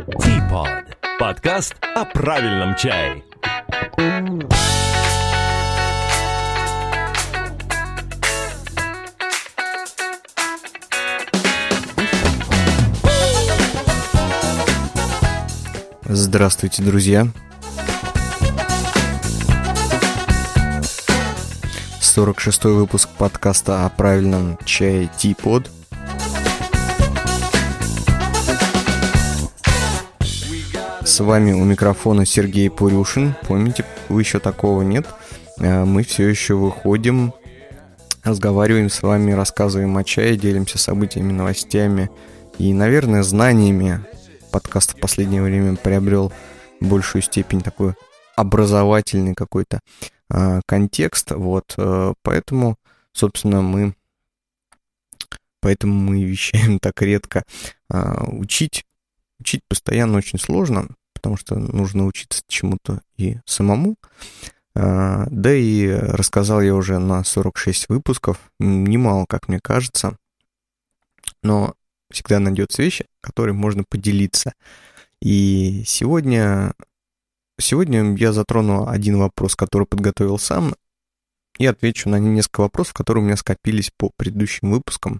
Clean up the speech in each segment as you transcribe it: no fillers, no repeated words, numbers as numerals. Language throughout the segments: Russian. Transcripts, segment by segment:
Teapot. Подкаст о правильном чае. Здравствуйте, друзья! 46-й выпуск подкаста о правильном чае Teapot. С вами у микрофона Сергей Пурюшин. Помните, вы еще такого нет? Мы все еще выходим, разговариваем с вами, рассказываем о чае, делимся событиями, новостями и, наверное, знаниями. Подкаст в последнее время приобрел большую степень такой образовательный какой-то контекст. Вот, поэтому, собственно, мы вещаем так редко. Учить постоянно очень сложно, потому что нужно учиться чему-то и самому. Да и рассказал я уже на 46 выпусков, немало, как мне кажется, но всегда найдется вещи, которые можно поделиться. И сегодня я затрону один вопрос, который подготовил сам, и отвечу на несколько вопросов, которые у меня скопились по предыдущим выпускам.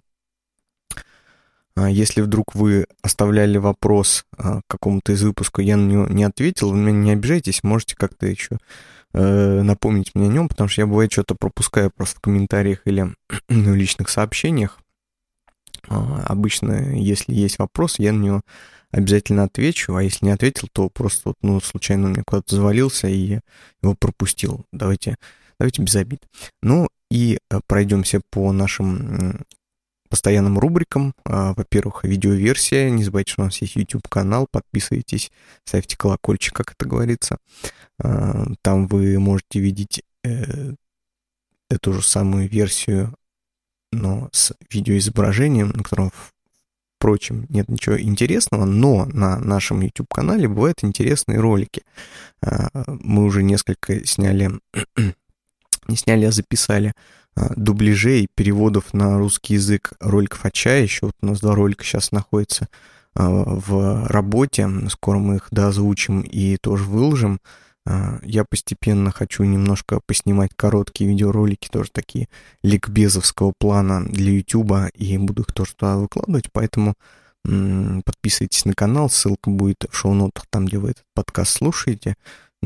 Если вдруг вы оставляли вопрос к какому-то из выпусков, я на него не ответил, вы меня не обижайтесь, можете как-то еще напомнить мне о нем, потому что я, бывает, что-то пропускаю просто в комментариях или в личных сообщениях. Обычно, если есть вопрос, я на него обязательно отвечу, а если не ответил, то просто случайно у меня куда-то завалился, и я его пропустил. Давайте без обид. Ну и пройдемся по нашим постоянным рубрикам. Во-первых, видеоверсия. Не забывайте, что у нас есть YouTube-канал. Подписывайтесь, ставьте колокольчик, как это говорится. Там вы можете видеть эту же самую версию, но с видеоизображением, на котором, впрочем, нет ничего интересного, но на нашем YouTube-канале бывают интересные ролики. Мы уже несколько записали дубляжей, переводов на русский язык роликов о чае. Еще вот у нас 2 ролика сейчас находятся в работе. Скоро мы их доозвучим и тоже выложим. Я постепенно хочу немножко поснимать короткие видеоролики, тоже такие ликбезовского плана для YouTube, и буду их тоже туда выкладывать, поэтому подписывайтесь на канал, ссылка будет в шоу-нотах, там, где вы этот подкаст слушаете.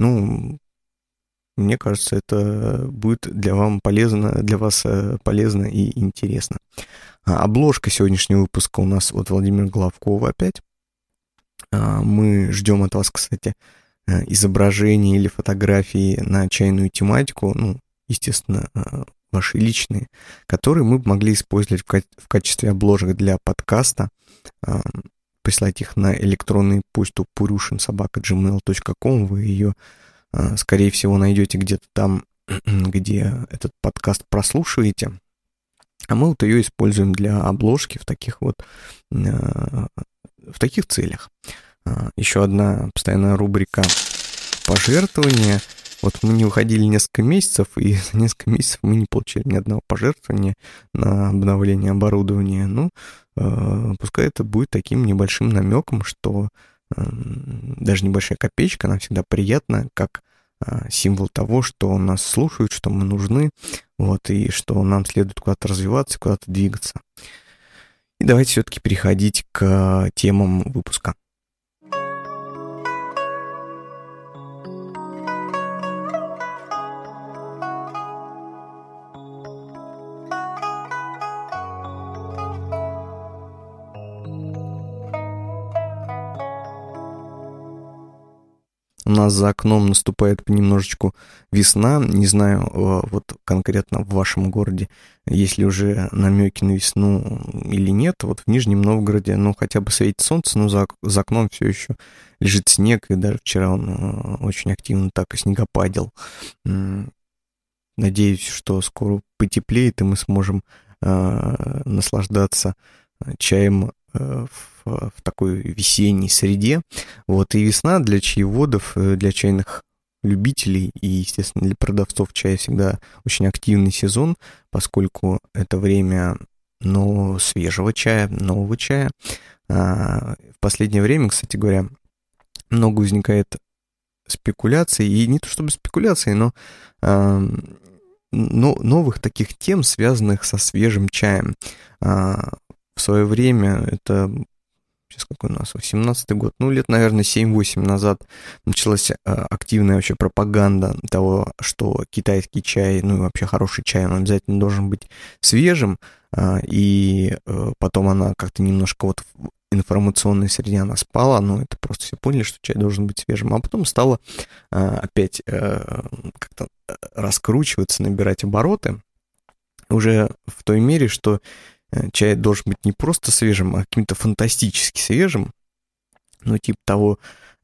Мне кажется, это будет для вас полезно и интересно. Обложка сегодняшнего выпуска у нас от Владимира Головкова опять. Мы ждем от вас, кстати, изображения или фотографии на чайную тематику, естественно, ваши личные, которые мы бы могли использовать в качестве обложек для подкаста. Прислать их на электронную почту purushin@gmail.com. Вы ее, скорее всего, найдете где-то там, где этот подкаст прослушиваете. А мы вот ее используем для обложки в таких целях. Еще одна постоянная рубрика пожертвования. Вот мы не выходили несколько месяцев, и за несколько месяцев мы не получили ни одного пожертвования на обновление оборудования. Пускай это будет таким небольшим намеком, что даже небольшая копеечка, она всегда приятна, как символ того, что нас слушают, что мы нужны, и что нам следует куда-то развиваться, куда-то двигаться. И давайте все-таки переходить к темам выпуска. У нас за окном наступает понемножечку весна. Не знаю, вот конкретно в вашем городе, есть ли уже намеки на весну или нет. Вот в Нижнем Новгороде, хотя бы светит солнце, но за окном все еще лежит снег, и даже вчера он очень активно так и снегопадил. Надеюсь, что скоро потеплеет, и мы сможем наслаждаться чаем в такой весенней среде. И весна для чаеводов, для чайных любителей и, естественно, для продавцов чая всегда очень активный сезон, поскольку это время свежего чая, нового чая. В последнее время, кстати говоря, много возникает спекуляций, и не то чтобы спекуляций, но новых таких тем, связанных со свежим чаем. В свое время, это сейчас какой у нас, 18-й год, лет, наверное, 7-8 назад началась активная вообще пропаганда того, что китайский чай, и вообще хороший чай, он обязательно должен быть свежим, и потом она как-то немножко в информационной среде она спала, это просто все поняли, что чай должен быть свежим, а потом стало опять как-то раскручиваться, набирать обороты, уже в той мере, что чай должен быть не просто свежим, а каким-то фантастически свежим. Типа того,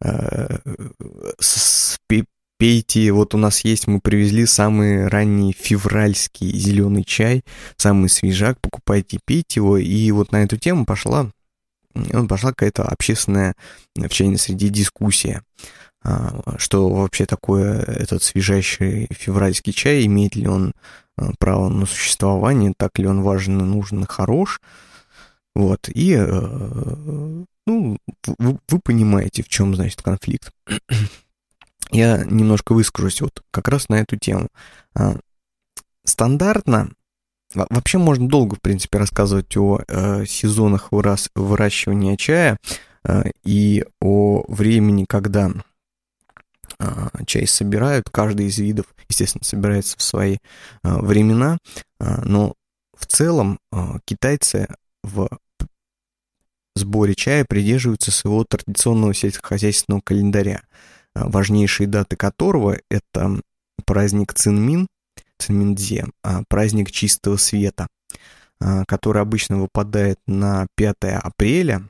пейте, вот у нас есть, мы привезли самый ранний февральский зеленый чай, самый свежак, покупайте, пейте его. И вот на эту тему пошла какая-то общественная в чайной среде дискуссия, что вообще такое этот свежайший февральский чай, имеет ли он право на существование, так ли он важен и нужен и хорош. Вот, и, вы понимаете, в чем, значит, конфликт. Я немножко выскажусь вот как раз на эту тему. Стандартно, вообще можно долго, в принципе, рассказывать о сезонах выращивания чая и о времени, когда чай собирают, каждый из видов, естественно, собирается в свои времена, но в целом китайцы в сборе чая придерживаются своего традиционного сельскохозяйственного календаря, важнейшие даты которого — это праздник Цинминдзе, праздник чистого света, который обычно выпадает на 5 апреля,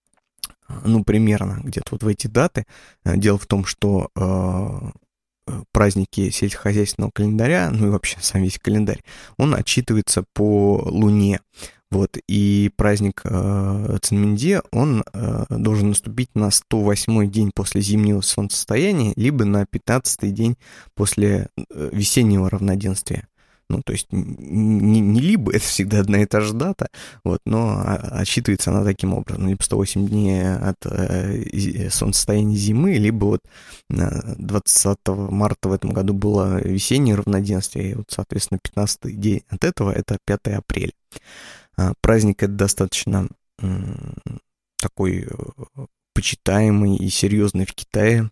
примерно где-то вот в эти даты. Дело в том, что праздники сельскохозяйственного календаря, и вообще сам весь календарь, он отчитывается по Луне. Вот, и праздник Цинминдзе, он должен наступить на 108-й день после зимнего солнцестояния, либо на 15-й день после весеннего равноденствия. То есть не либо, это всегда одна и та же дата, вот, но отсчитывается она таким образом. Либо 108 дней от солнцестояния зимы, либо вот 20 марта в этом году было весеннее равноденствие, и вот, соответственно, 15-й день от этого — это 5 апреля. Праздник этот достаточно такой почитаемый и серьезный в Китае.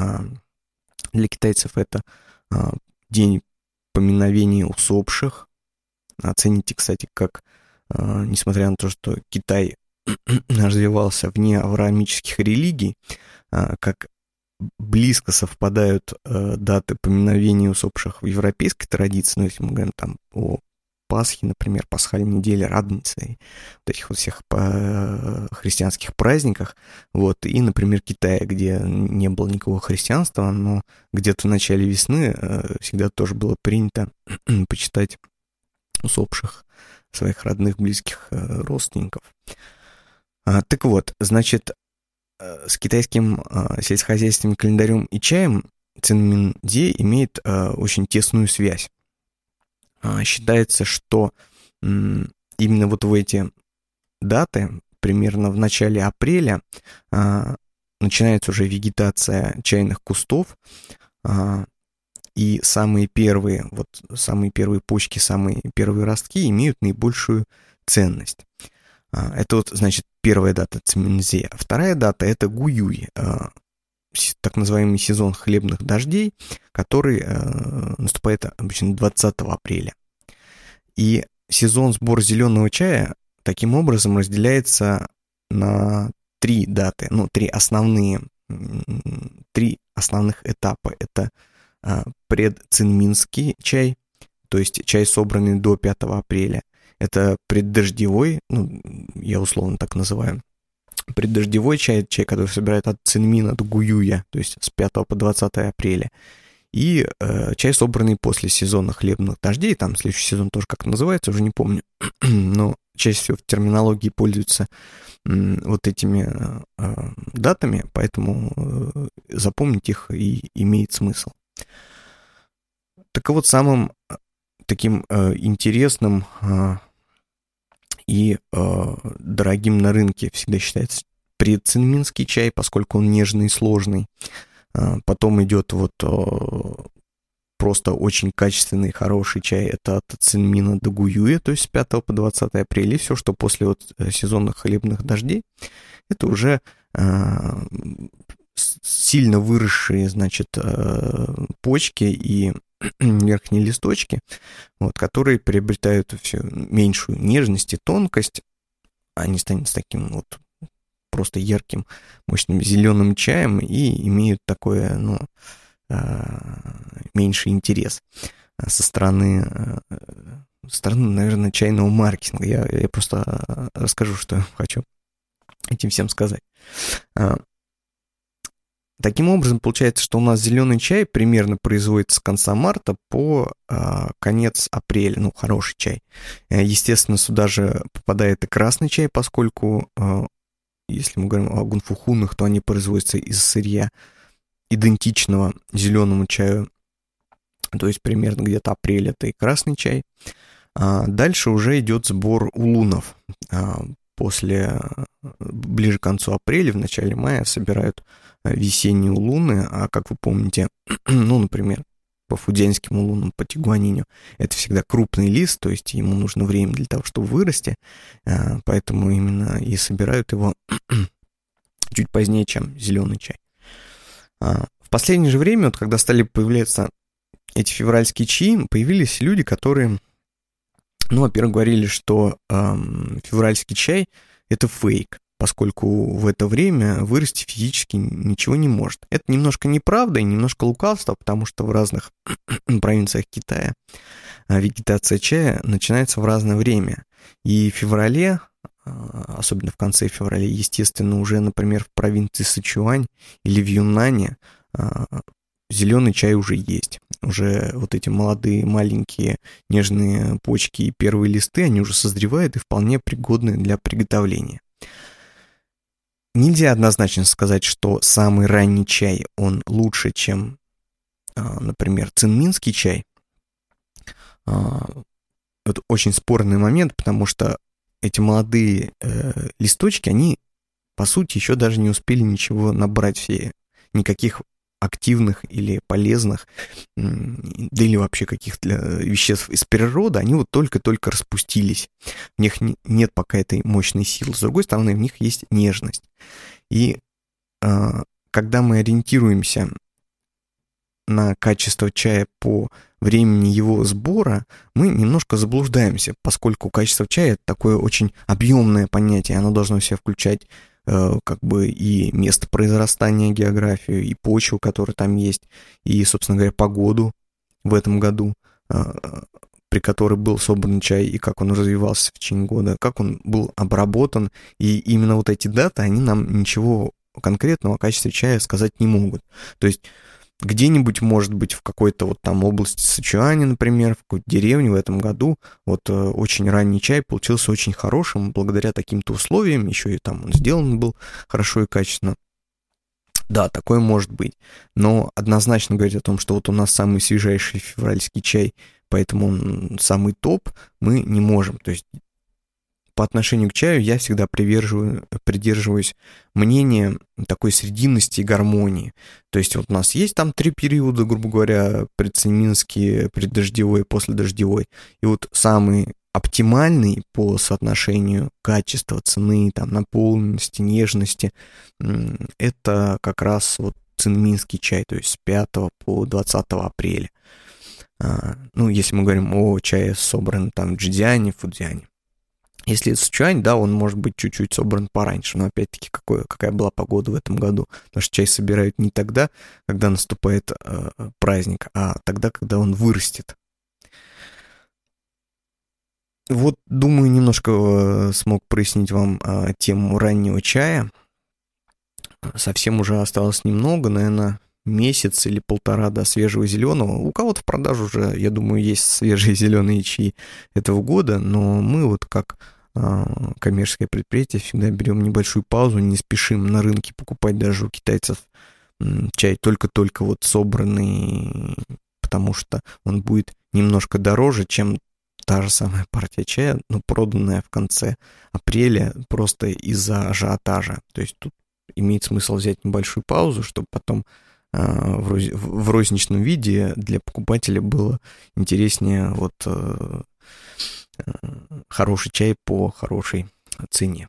Для китайцев это день поминовения усопших. Оцените, кстати, как, несмотря на то, что Китай развивался вне авраамических религий, как близко совпадают даты поминовения усопших в европейской традиции, если мы говорим там о Пасхе, например, пасхальной неделе, Радонице, вот этих вот всех христианских праздниках, вот, и, например, Китая, где не было никакого христианства, но где-то в начале весны всегда тоже было принято почитать усопших своих родных, близких родственников. Так вот, значит, с китайским сельскохозяйственным календарем и чаем Цинминдзе имеет очень тесную связь. Считается, что именно вот в эти даты, примерно в начале апреля, начинается уже вегетация чайных кустов, и самые первые почки, самые первые ростки имеют наибольшую ценность. Это вот, значит, первая дата Цинминдзе. Вторая дата — это Гуюй, так называемый сезон хлебных дождей, который наступает обычно 20 апреля. И сезон сбора зеленого чая таким образом разделяется на 3 даты, 3 основных этапа. Это предцинминский чай, то есть чай, собранный до 5 апреля. Это преддождевой, я условно так называю, преддождевой чай, который собирают от Цинмина, от Гуюя, то есть с 5 по 20 апреля. И чай, собранный после сезона хлебных дождей, там следующий сезон тоже как называется, уже не помню, но чаще всего в терминологии пользуются вот этими датами, поэтому запомнить их и имеет смысл. Так вот, самым таким интересным и дорогим на рынке всегда считается предцинминский чай, поскольку он нежный и сложный. Потом идет вот просто очень качественный, хороший чай. Это от Цинмина до Гуюя, то есть с 5 по 20 апреля. И все, что после вот сезонных хлебных дождей, это уже сильно выросшие, значит, почки и верхние листочки, вот, которые приобретают все меньшую нежность и тонкость. Они станут таким вот просто ярким, мощным зеленым чаем и имеют такое, ну, меньший интерес со стороны, наверное, чайного маркетинга. Я просто расскажу, что я хочу этим всем сказать. Таким образом, получается, что у нас зеленый чай примерно производится с конца марта по конец апреля, ну, хороший чай. Естественно, сюда же попадает и красный чай, поскольку, если мы говорим о гунфухунах, то они производятся из сырья, идентичного зеленому чаю, то есть примерно где-то апрель это и красный чай. Дальше уже идет сбор улунов. Ближе к концу апреля, в начале мая собирают весенние улуны, а как вы помните, ну, например, по фудзянским улунам, по тигуаниню, это всегда крупный лист, то есть ему нужно время для того, чтобы вырасти, поэтому именно и собирают его чуть позднее, чем зеленый чай. В последнее же время, вот когда стали появляться эти февральские чаи, появились люди, которые, ну, во-первых, говорили, что февральский чай – это фейк, поскольку в это время вырасти физически ничего не может. Это немножко неправда и немножко лукавство, потому что в разных провинциях Китая вегетация чая начинается в разное время. И в феврале, особенно в конце февраля, естественно, уже, например, в провинции Сычуань или в Юннане зеленый чай уже есть. Уже вот эти молодые, маленькие, нежные почки и первые листы, они уже созревают и вполне пригодны для приготовления. Нельзя однозначно сказать, что самый ранний чай, он лучше, чем, например, цинминский чай. Это очень спорный момент, потому что эти молодые листочки, они, по сути, еще даже не успели ничего набрать, никаких активных или полезных, да или вообще каких-то веществ из природы, они вот только-только распустились. В них нет пока этой мощной силы. С другой стороны, в них есть нежность. И когда мы ориентируемся на качество чая по времени его сбора, мы немножко заблуждаемся, поскольку качество чая – это такое очень объемное понятие, оно должно в себя включать как бы и место произрастания, географию, и почву, которая там есть, и, собственно говоря, погоду в этом году, при которой был собран чай, и как он развивался в течение года, как он был обработан. И именно вот эти даты, они нам ничего конкретного о качестве чая сказать не могут. То есть где-нибудь, может быть, в какой-то вот там области Сычуани, например, в какой-то деревне в этом году вот очень ранний чай получился очень хорошим благодаря таким-то условиям, еще и там он сделан был хорошо и качественно. Да, такое может быть, но однозначно говорить о том, что вот у нас самый свежайший февральский чай, поэтому он самый топ, мы не можем. То есть по отношению к чаю я всегда придерживаюсь мнения такой срединности и гармонии. То есть вот у нас есть там 3 периода, грубо говоря, предцинминский, преддождевой, последождевой. И вот самый оптимальный по соотношению качества, цены, там, наполненности, нежности, это как раз вот цинминский чай, то есть с 5 по 20 апреля. Ну, если мы говорим о чае, собранном там в Чжэцзяне, Фудзяне. Если это Сычуань, да, он может быть чуть-чуть собран пораньше, но опять-таки какая была погода в этом году. Потому что чай собирают не тогда, когда наступает праздник, а тогда, когда он вырастет. Вот, думаю, немножко смог прояснить вам тему раннего чая. Совсем уже осталось немного, наверное, месяц или полтора до свежего зеленого. У кого-то в продаже уже, я думаю, есть свежие зеленые чаи этого года, но мы вот как коммерческое предприятие всегда берем небольшую паузу, не спешим на рынке покупать даже у китайцев чай только-только вот собранный, потому что он будет немножко дороже, чем та же самая партия чая, но проданная в конце апреля просто из-за ажиотажа. То есть тут имеет смысл взять небольшую паузу, чтобы потом в розничном виде для покупателя было интереснее хороший чай по хорошей цене.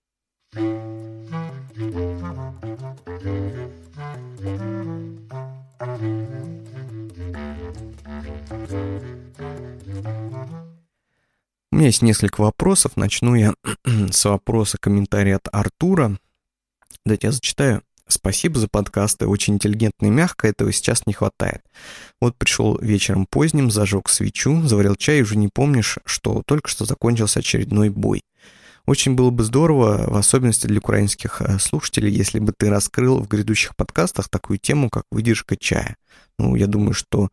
У меня есть несколько вопросов. Начну я с вопроса комментария от Артура. Дайте я зачитаю. Спасибо за подкасты, очень интеллигентно и мягко, этого сейчас не хватает. Вот пришел вечером поздним, зажег свечу, заварил чай и уже не помнишь, что только что закончился очередной бой. Очень было бы здорово, в особенности для украинских слушателей, если бы ты раскрыл в грядущих подкастах такую тему, как выдержка чая. Я думаю, что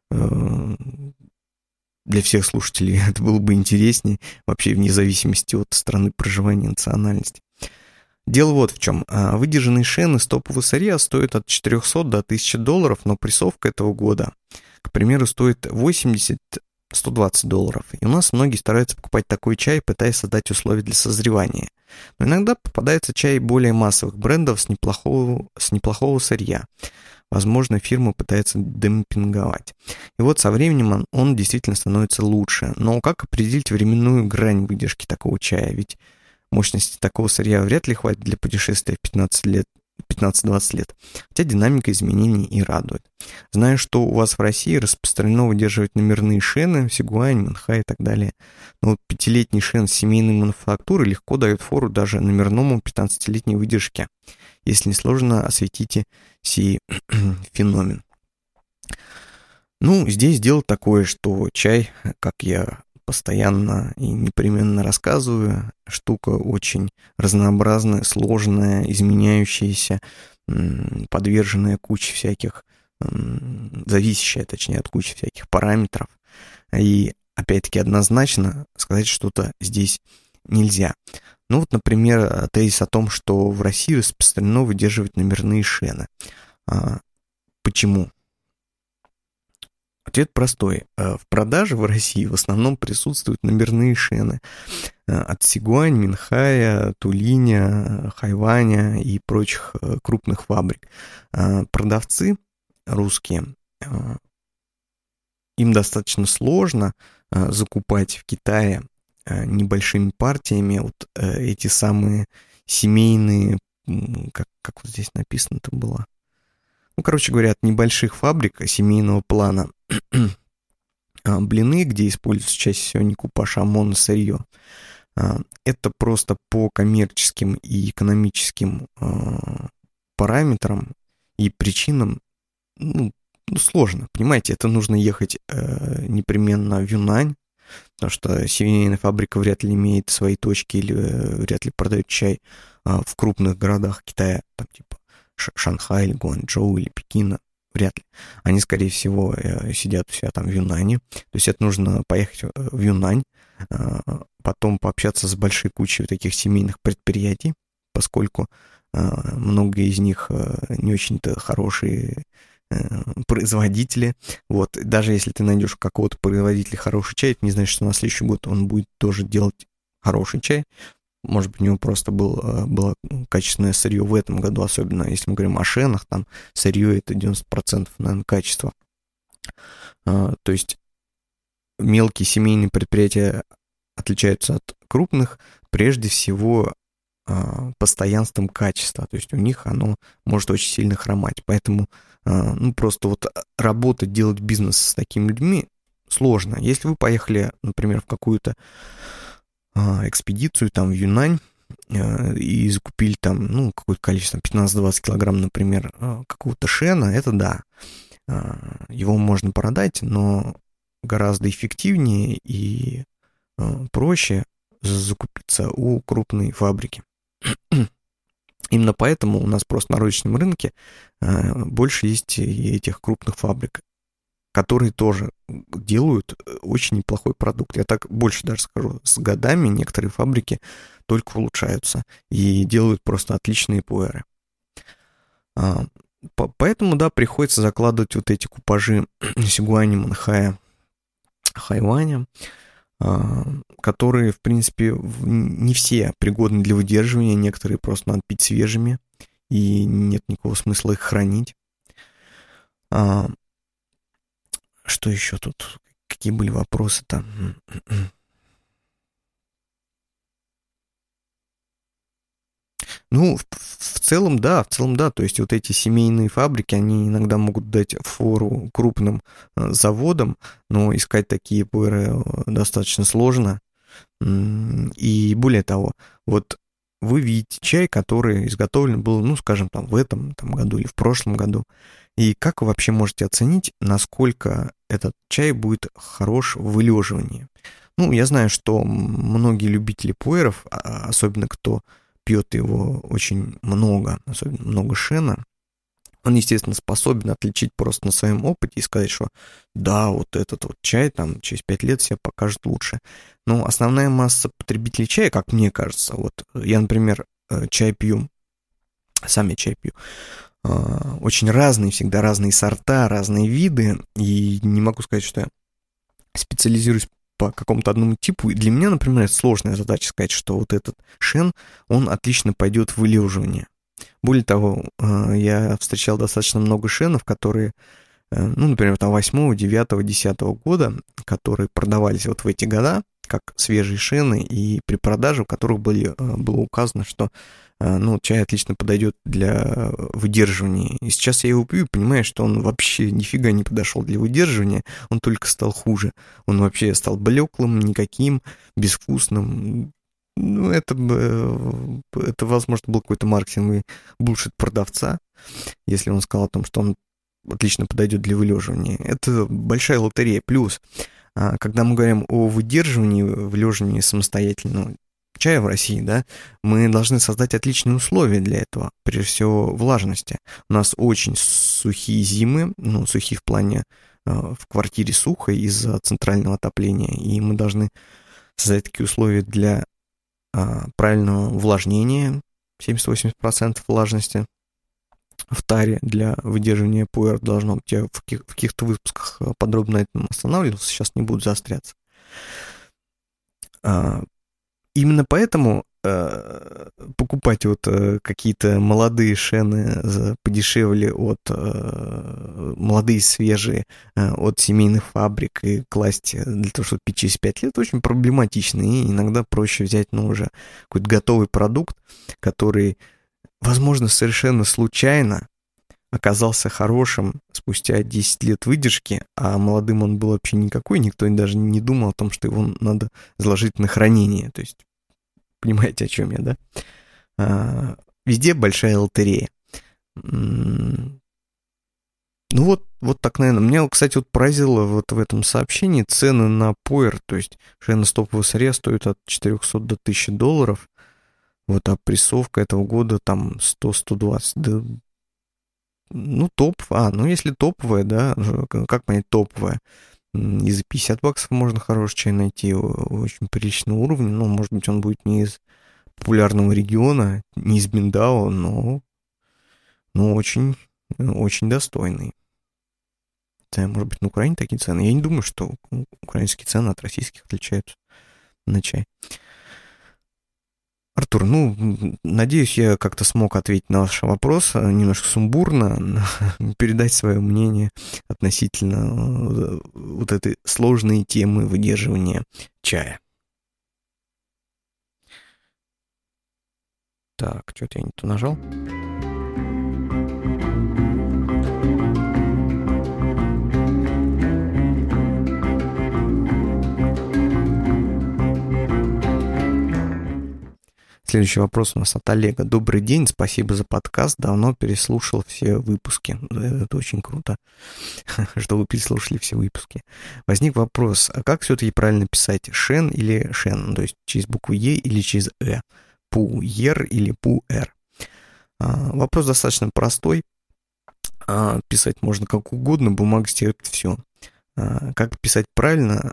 для всех слушателей это было бы интереснее, вообще вне зависимости от страны проживания и национальности. Дело вот в чем. Выдержанные шены с топового сырья стоят от $400 до $1000, но прессовка этого года, к примеру, стоит $80-120. И у нас многие стараются покупать такой чай, пытаясь создать условия для созревания. Но иногда попадается чай более массовых брендов с неплохого сырья. Возможно, фирма пытается демпинговать. И вот со временем он действительно становится лучше. Но как определить временную грань выдержки такого чая? Ведь мощности такого сырья вряд ли хватит для путешествия в 15-20 лет, хотя динамика изменений и радует. Знаю, что у вас в России распространено выдерживать номерные шены, Сигуань, Манхай и так далее. Но вот 5-летний шен семейной мануфактуры легко дает фору даже номерному 15-летней выдержке. Если не сложно, осветите сей феномен. Здесь дело такое, что чай, как я постоянно и непременно рассказываю, штука очень разнообразная, сложная, изменяющаяся, подверженная куче всяких, зависящая, точнее, от кучи всяких параметров. И, опять-таки, однозначно сказать что-то здесь нельзя. Например, тезис о том, что в России распространено выдерживать номерные шены. Почему? Ответ простой. В продаже в России в основном присутствуют номерные шены от Сигуань, Минхая, Тулиня, Хайваня и прочих крупных фабрик. Продавцы русские, им достаточно сложно закупать в Китае небольшими партиями эти самые семейные, как вот здесь написано-то было, короче говоря, от небольших фабрик семейного плана блины, где используется чаще всего не купаж, а моносырье. Это просто по коммерческим и экономическим параметрам и причинам сложно. Понимаете, это нужно ехать непременно в Юнань, потому что семейная фабрика вряд ли имеет свои точки или вряд ли продает чай в крупных городах Китая, там типа Шанхай, или Гуанчжоу, или Пекина, вряд ли. Они, скорее всего, сидят у себя там в Юнане. То есть это нужно поехать в Юнань, потом пообщаться с большой кучей таких семейных предприятий, поскольку многие из них не очень-то хорошие производители. Даже если ты найдешь у какого-то производителя хороший чай, это не значит, что на следующий год он будет тоже делать хороший чай. Может быть, у него просто было качественное сырье в этом году, особенно если мы говорим о шенах, там сырье это 90%, наверное, качества. То есть мелкие семейные предприятия отличаются от крупных прежде всего постоянством качества. То есть у них оно может очень сильно хромать. Поэтому просто работать, делать бизнес с такими людьми сложно. Если вы поехали, например, в какую-то экспедицию там в Юнань и закупили там, какое-то количество, 15-20 килограмм, например, какого-то шена, это да, его можно продать, но гораздо эффективнее и проще закупиться у крупной фабрики. Именно поэтому у нас просто на розничном рынке больше есть и этих крупных фабрик, которые тоже делают очень неплохой продукт. Я так больше даже скажу, с годами некоторые фабрики только улучшаются и делают просто отличные пуэры. Поэтому, да, приходится закладывать вот эти купажи Сигуани, Манхая, Хайваня. которые, в принципе, не все пригодны для выдерживания, некоторые просто надо пить свежими, и нет никакого смысла их хранить. Что еще тут? Какие были вопросы-то? Ну, в целом, да, то есть вот эти семейные фабрики, они иногда могут дать фору крупным заводам, но искать такие пуэры достаточно сложно. И более того, вот вы видите чай, который изготовлен был, ну, скажем, там в этом году или в прошлом году, и как вы вообще можете оценить, насколько этот чай будет хорош в вылеживании? Ну, я знаю, что многие любители пуэров, особенно кто пьет его очень много, особенно много шена, он, естественно, способен отличить просто на своем опыте и сказать, что да, вот этот вот чай там через 5 лет себя покажет лучше. Но основная масса потребителей чая, как мне кажется, вот я, например, чай пью, сам я чай пью, очень разные, всегда разные сорта, разные виды, и не могу сказать, что я специализируюсь по какому-то одному типу. И для меня, например, это сложная задача сказать, что вот этот шен, он отлично пойдет в вылеживание. Более того, я встречал достаточно много шенов, которые, ну, например, там 8, 9, 10 года, которые продавались вот в эти года, как свежие шены, и при продаже, у которых было указано, что ну, чай отлично подойдет для выдерживания. И сейчас я его пью и понимаю, что он вообще нифига не подошел для выдерживания, он только стал хуже. Он вообще стал блеклым, никаким, безвкусным. Ну, это, возможно, был какой-то маркетинговый булшит продавца, если он сказал о том, что он отлично подойдет для вылеживания. Это большая лотерея. Плюс, когда мы говорим о выдерживании, вылеживании самостоятельного чая в России, да, мы должны создать отличные условия для этого, прежде всего влажности. У нас очень сухие зимы, ну, сухие в плане в квартире сухо из-за центрального отопления, и мы должны создать такие условия для правильного увлажнения, 70-80% влажности в таре для выдерживания пуэр должно быть. Я в каких-то выпусках подробно на этом останавливался, сейчас не буду заостряться. Именно поэтому покупать вот какие-то молодые шены подешевле молодые, свежие от семейных фабрик и класть для того, чтобы пить через 5 лет, очень проблематично. И иногда проще взять, ну, уже какой-то готовый продукт, который, возможно, совершенно случайно оказался хорошим спустя 10 лет выдержки, а молодым он был вообще никакой, никто даже не думал о том, что его надо заложить на хранение. То есть, понимаете, о чем я, да? Везде большая лотерея. Ну вот так, наверное. Меня, кстати, вот поразило вот в этом сообщении цены на пуэр, то есть шена стопового сырья стоит от 400 до 1000 долларов, вот, а прессовка этого года там 100-120, да. Ну, ну, если топовая, да, как понять топовая? И за 50 баксов можно хороший чай найти, очень приличного уровня, ну, может быть, он будет не из популярного региона, не из Миндао, но очень, очень достойный. Да, может быть, на Украине такие цены. Я не думаю, что украинские цены от российских отличаются на чай. Артур, ну, надеюсь, я как-то смог ответить на ваш вопрос, немножко сумбурно, передать свое мнение относительно вот этой сложной темы выдерживания чая. Так, что-то я не то нажал. Следующий вопрос у нас от Олега. Добрый день, спасибо за подкаст. Давно переслушал все выпуски. Это очень круто, что вы переслушали все выпуски. Возник вопрос, а как все-таки правильно писать? Шен или шен? То есть через букву Е или через Э? Пуер или пуэр? Вопрос достаточно простой. Писать можно как угодно, бумага стерпит все. Как писать правильно,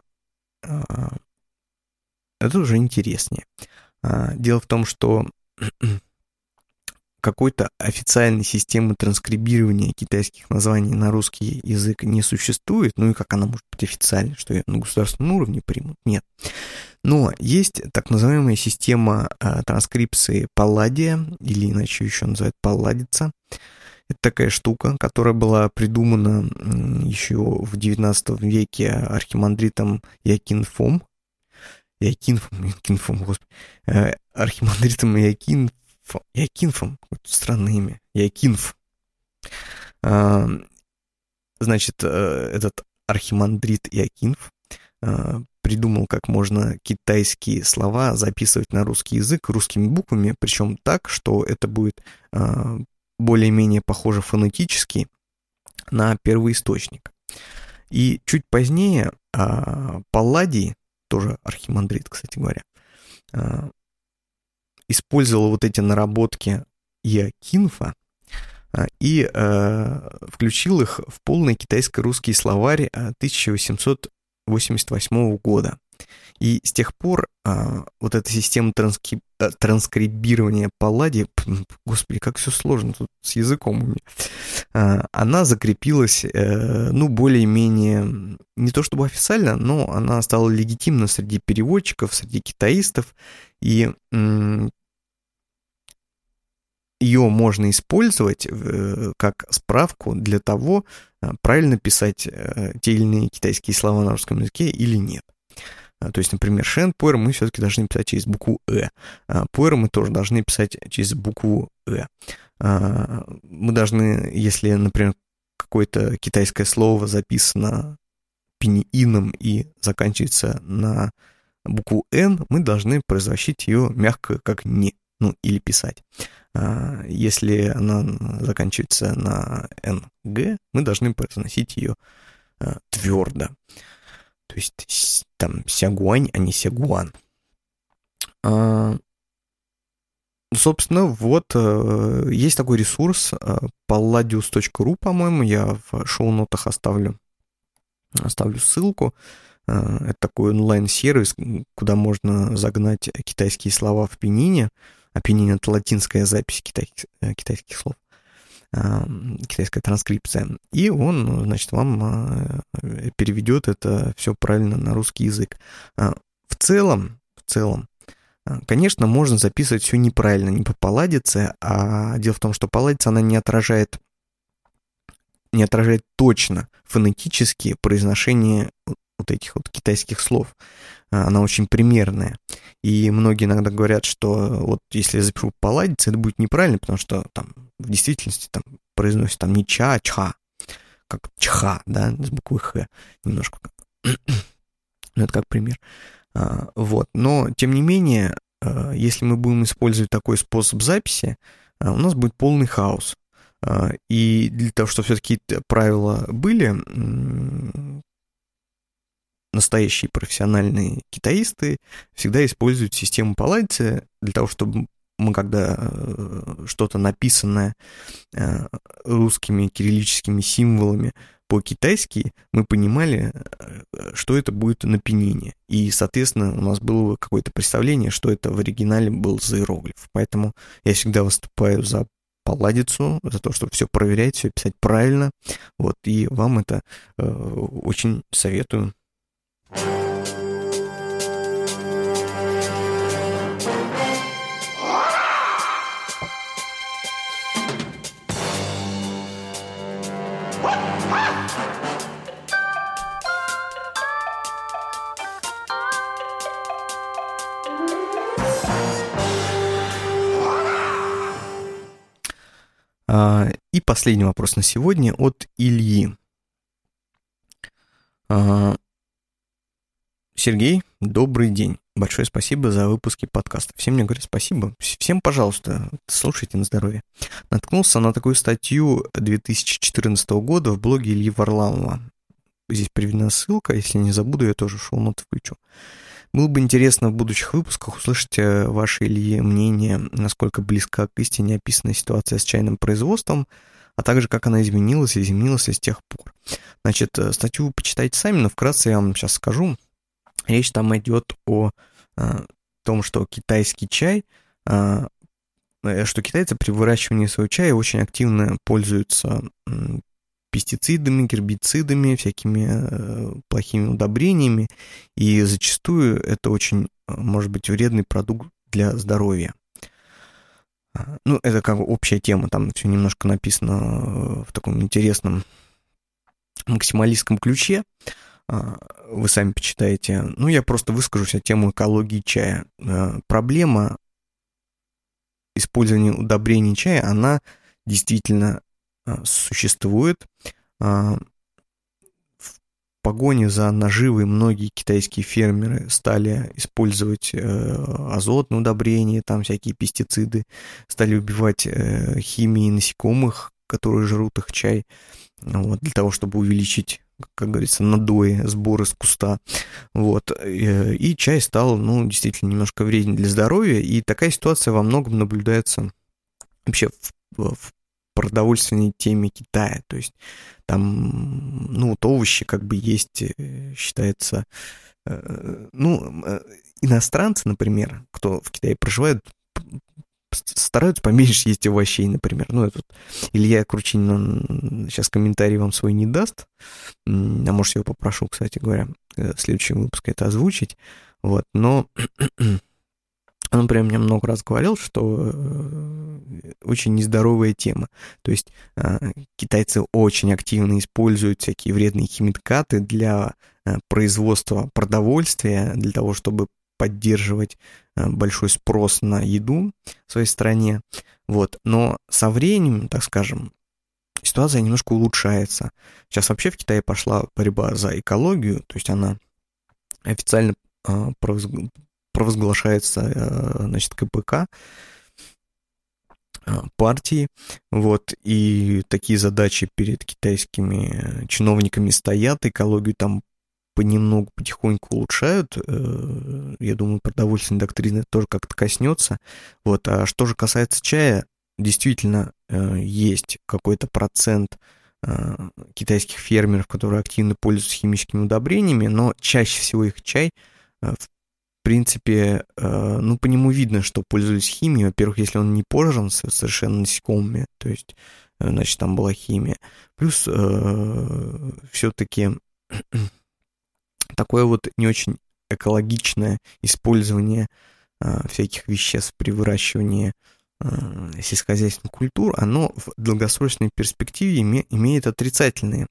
это уже интереснее. Дело в том, что какой-то официальной системы транскрибирования китайских названий на русский язык не существует, ну и как она может быть официальной, что ее на государственном уровне примут? Нет. Но есть так называемая система транскрипции Палладия, или иначе еще называют Палладица. Это такая штука, которая была придумана еще в XIX веке архимандритом Якинфом. Архимандритом Якинфом, странное имя, Якинф. Значит, этот архимандрит Якинф придумал, как можно китайские слова записывать на русский язык русскими буквами, причем так, что это будет более-менее похоже фонетически на первоисточник. И чуть позднее Палладий, тоже архимандрит, кстати говоря, использовал вот эти наработки Якинфа и включил их в полный китайско-русский словарь 1888 года. И с тех пор вот эта система транскрибирования Палладия, господи, как все сложно тут с языком у меня, она закрепилась, ну, более-менее, не то чтобы официально, но она стала легитимна среди переводчиков, среди китаистов, и ее можно использовать как справку для того, правильно писать те или иные китайские слова на русском языке или нет. То есть, например, шен, пуэр мы все-таки должны писать через букву «э». Пуэр мы тоже должны писать через букву «э». Мы должны, если, например, какое-то китайское слово записано пиньином и заканчивается на букву «н», мы должны произносить ее мягко, как «не», ну, или писать. Если она заканчивается на «нг», мы должны произносить ее твердо. То есть там сягуань, а не сягуан. Собственно, вот есть такой ресурс palladius.ru, по-моему, я в шоу-нотах оставлю ссылку. Это такой онлайн-сервис, куда можно загнать китайские слова в пинине. А пинин — это латинская запись китайских слов. Китайская транскрипция, и он, значит, вам переведет это все правильно на русский язык. В целом, конечно, можно записывать все неправильно, не по Палладице, а дело в том, что Палладица, она не отражает точно фонетически произношение вот этих вот китайских слов. Она очень примерная. И многие иногда говорят, что вот если я запишу Палладице, это будет неправильно, потому что там в действительности там произносит там не ча, а чха, как чха, да, с буквы х, немножко. Это как пример. Вот. Но, тем не менее, если мы будем использовать такой способ записи, у нас будет полный хаос. И для того, чтобы все-таки правила были, настоящие профессиональные китаисты всегда используют систему Палладица для того, чтобы мы, когда что-то написанное русскими кириллическими символами по-китайски, мы понимали, что это будет на пинине. И, соответственно, у нас было какое-то представление, что это в оригинале был за иероглиф. Поэтому я всегда выступаю за Палладицу, за то, чтобы все проверять, все писать правильно. Вот, и вам это очень советую. И последний вопрос на сегодня от Ильи. Сергей, добрый день. Большое спасибо за выпуски подкаста. Всем мне говорят спасибо. Всем, пожалуйста, слушайте на здоровье. Наткнулся на такую статью 2014 года в блоге Ильи Варламова. Здесь приведена ссылка, если не забуду, я тоже шоу-ноты включу. Было бы интересно в будущих выпусках услышать ваше, Ильи, мнение, насколько близка к истине описанная ситуация с чайным производством, а также как она изменилась и изменилась с тех пор. Значит, статью почитайте сами, но вкратце я вам сейчас скажу. Речь там идет о том, что китайский чай что китайцы при выращивании своего чая очень активно пользуются пестицидами, гербицидами, всякими плохими удобрениями, и зачастую это очень, может быть, вредный продукт для здоровья. Ну, это как бы общая тема, там все немножко написано в таком интересном максималистском ключе. Вы сами почитаете. Ну, я просто выскажусь о тему экологии чая. Проблема использования удобрений чая, она действительно существует. В погоне за наживой многие китайские фермеры стали использовать азотные удобрения, там всякие пестициды, стали убивать химией насекомых, которые жрут их чай, вот, для того, чтобы увеличить, как говорится, надои, сборы с куста. Вот. И чай стал, ну, действительно немножко вреден для здоровья, и такая ситуация во многом наблюдается вообще в продовольственной теме Китая. То есть там, ну, вот овощи как бы есть, считается, ну, иностранцы, например, кто в Китае проживает, стараются поменьше есть овощей, например. Ну, этот Илья Кручинин, он сейчас комментарий вам свой не даст, а может, я его попрошу, кстати говоря, в следующем выпуске это озвучить. Вот, но он прям мне много раз говорил, что очень нездоровая тема. То есть китайцы очень активно используют всякие вредные химикаты для производства продовольствия, для того, чтобы поддерживать большой спрос на еду в своей стране. Вот. Но со временем, так скажем, ситуация немножко улучшается. Сейчас вообще в Китае пошла борьба за экологию, то есть она официально провозглашается, значит, КПК партии, вот, и такие задачи перед китайскими чиновниками стоят, экологию там понемногу, потихоньку улучшают. Я думаю, продовольственная доктрина тоже как-то коснется. Вот. А что же касается чая, действительно есть какой-то процент китайских фермеров, которые активно пользуются химическими удобрениями, но чаще всего их чай, в принципе, ну, по нему видно, что пользуются химией. Во-первых, если он не пожран совершенно насекомыми, то есть, значит, там была химия. Плюс все-таки такое вот не очень экологичное использование всяких веществ при выращивании сельскохозяйственных культур, оно в долгосрочной перспективе имеет отрицательные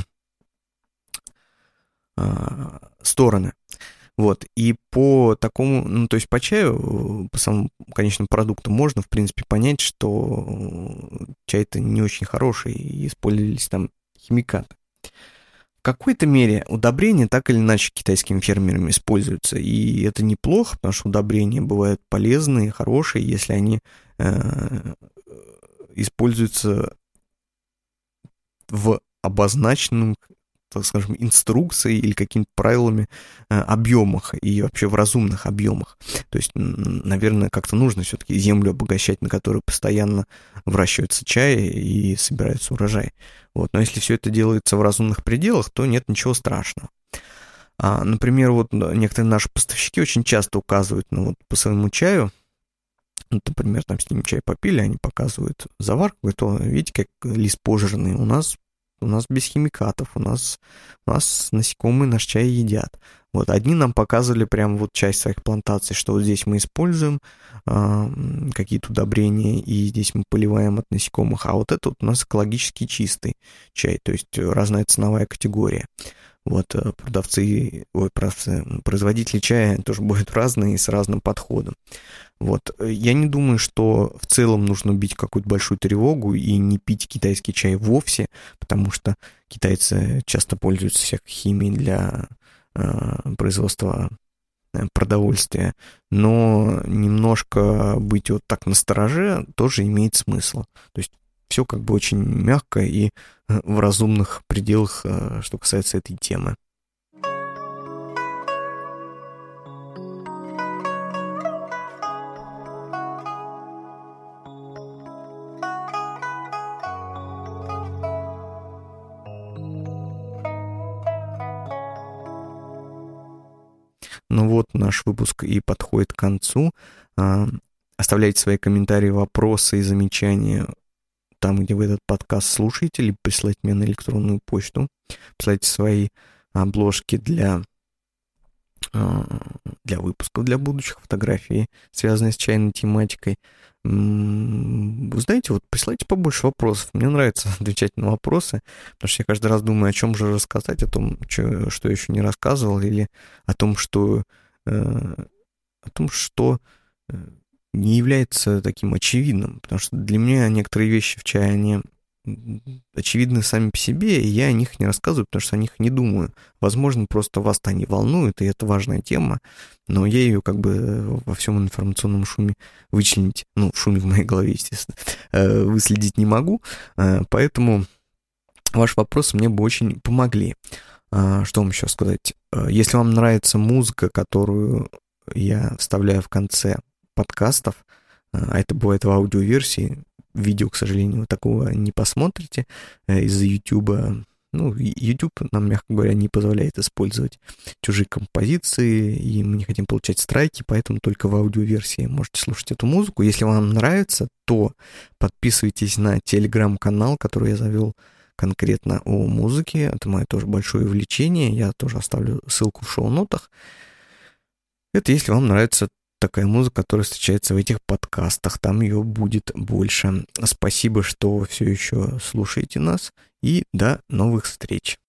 стороны. Вот, и по такому, ну, то есть по чаю, по самому конечному продукту можно, в принципе, понять, что чай-то не очень хороший, и использовались там химикаты. В какой-то мере удобрения так или иначе китайскими фермерами используются, и это неплохо, потому что удобрения бывают полезные, хорошие, если они используются в обозначенном, так скажем, инструкцией или какими-то правилами объемах и вообще в разумных объемах. То есть, наверное, как-то нужно все-таки землю обогащать, на которой постоянно выращивается чай и собирается урожай. Вот. Но если все это делается в разумных пределах, то нет ничего страшного. Например, вот некоторые наши поставщики очень часто указывают, ну, вот по своему чаю, вот, например, там с ним чай попили, они показывают заварку, говорят: о, видите, как лист пожирный, у нас без химикатов, у нас насекомые наш чай едят. Вот, одни нам показывали прям вот часть своих плантаций, что вот здесь мы используем какие-то удобрения, и здесь мы поливаем от насекомых, а вот это вот у нас экологически чистый чай, то есть разная ценовая категория. Вот, производители чая тоже бывают разные и с разным подходом. Вот, я не думаю, что в целом нужно бить какую-то большую тревогу и не пить китайский чай вовсе, потому что китайцы часто пользуются всякой химией для производства продовольствия, но немножко быть вот так настороже тоже имеет смысл. То есть все как бы очень мягко и в разумных пределах, что касается этой темы. Ну вот, наш выпуск и подходит к концу. Оставляйте свои комментарии, вопросы и замечания там, где вы этот подкаст слушаете, либо присылайте мне на электронную почту. Присылайте свои обложки для выпусков, для будущих фотографий, связанные с чайной тематикой. Вы знаете, вот присылайте побольше вопросов. Мне нравится отвечать на вопросы, потому что я каждый раз думаю, о чем же рассказать, о том, что я еще не рассказывал, или о том, что не является таким очевидным, потому что для меня некоторые вещи в чае, они очевидны сами по себе, и я о них не рассказываю, потому что о них не думаю. Возможно, просто вас-то они волнуют, и это важная тема, но я ее как бы во всем информационном шуме вычленить, в шуме в моей голове, естественно, выследить не могу, поэтому ваши вопросы мне бы очень помогли. Что вам еще сказать? Если вам нравится музыка, которую я вставляю в конце подкастов, а это бывает в аудиоверсии, видео, к сожалению, такого не посмотрите из-за YouTube. YouTube нам, мягко говоря, не позволяет использовать чужие композиции, и мы не хотим получать страйки, поэтому только в аудиоверсии можете слушать эту музыку. Если вам нравится, то подписывайтесь на телеграм-канал, который я завел конкретно о музыке. Это мое тоже большое увлечение. Я тоже оставлю ссылку в шоу-нотах. Это если вам нравится такая музыка, которая встречается в этих подкастах. Там ее будет больше. Спасибо, что все еще слушаете нас. И до новых встреч.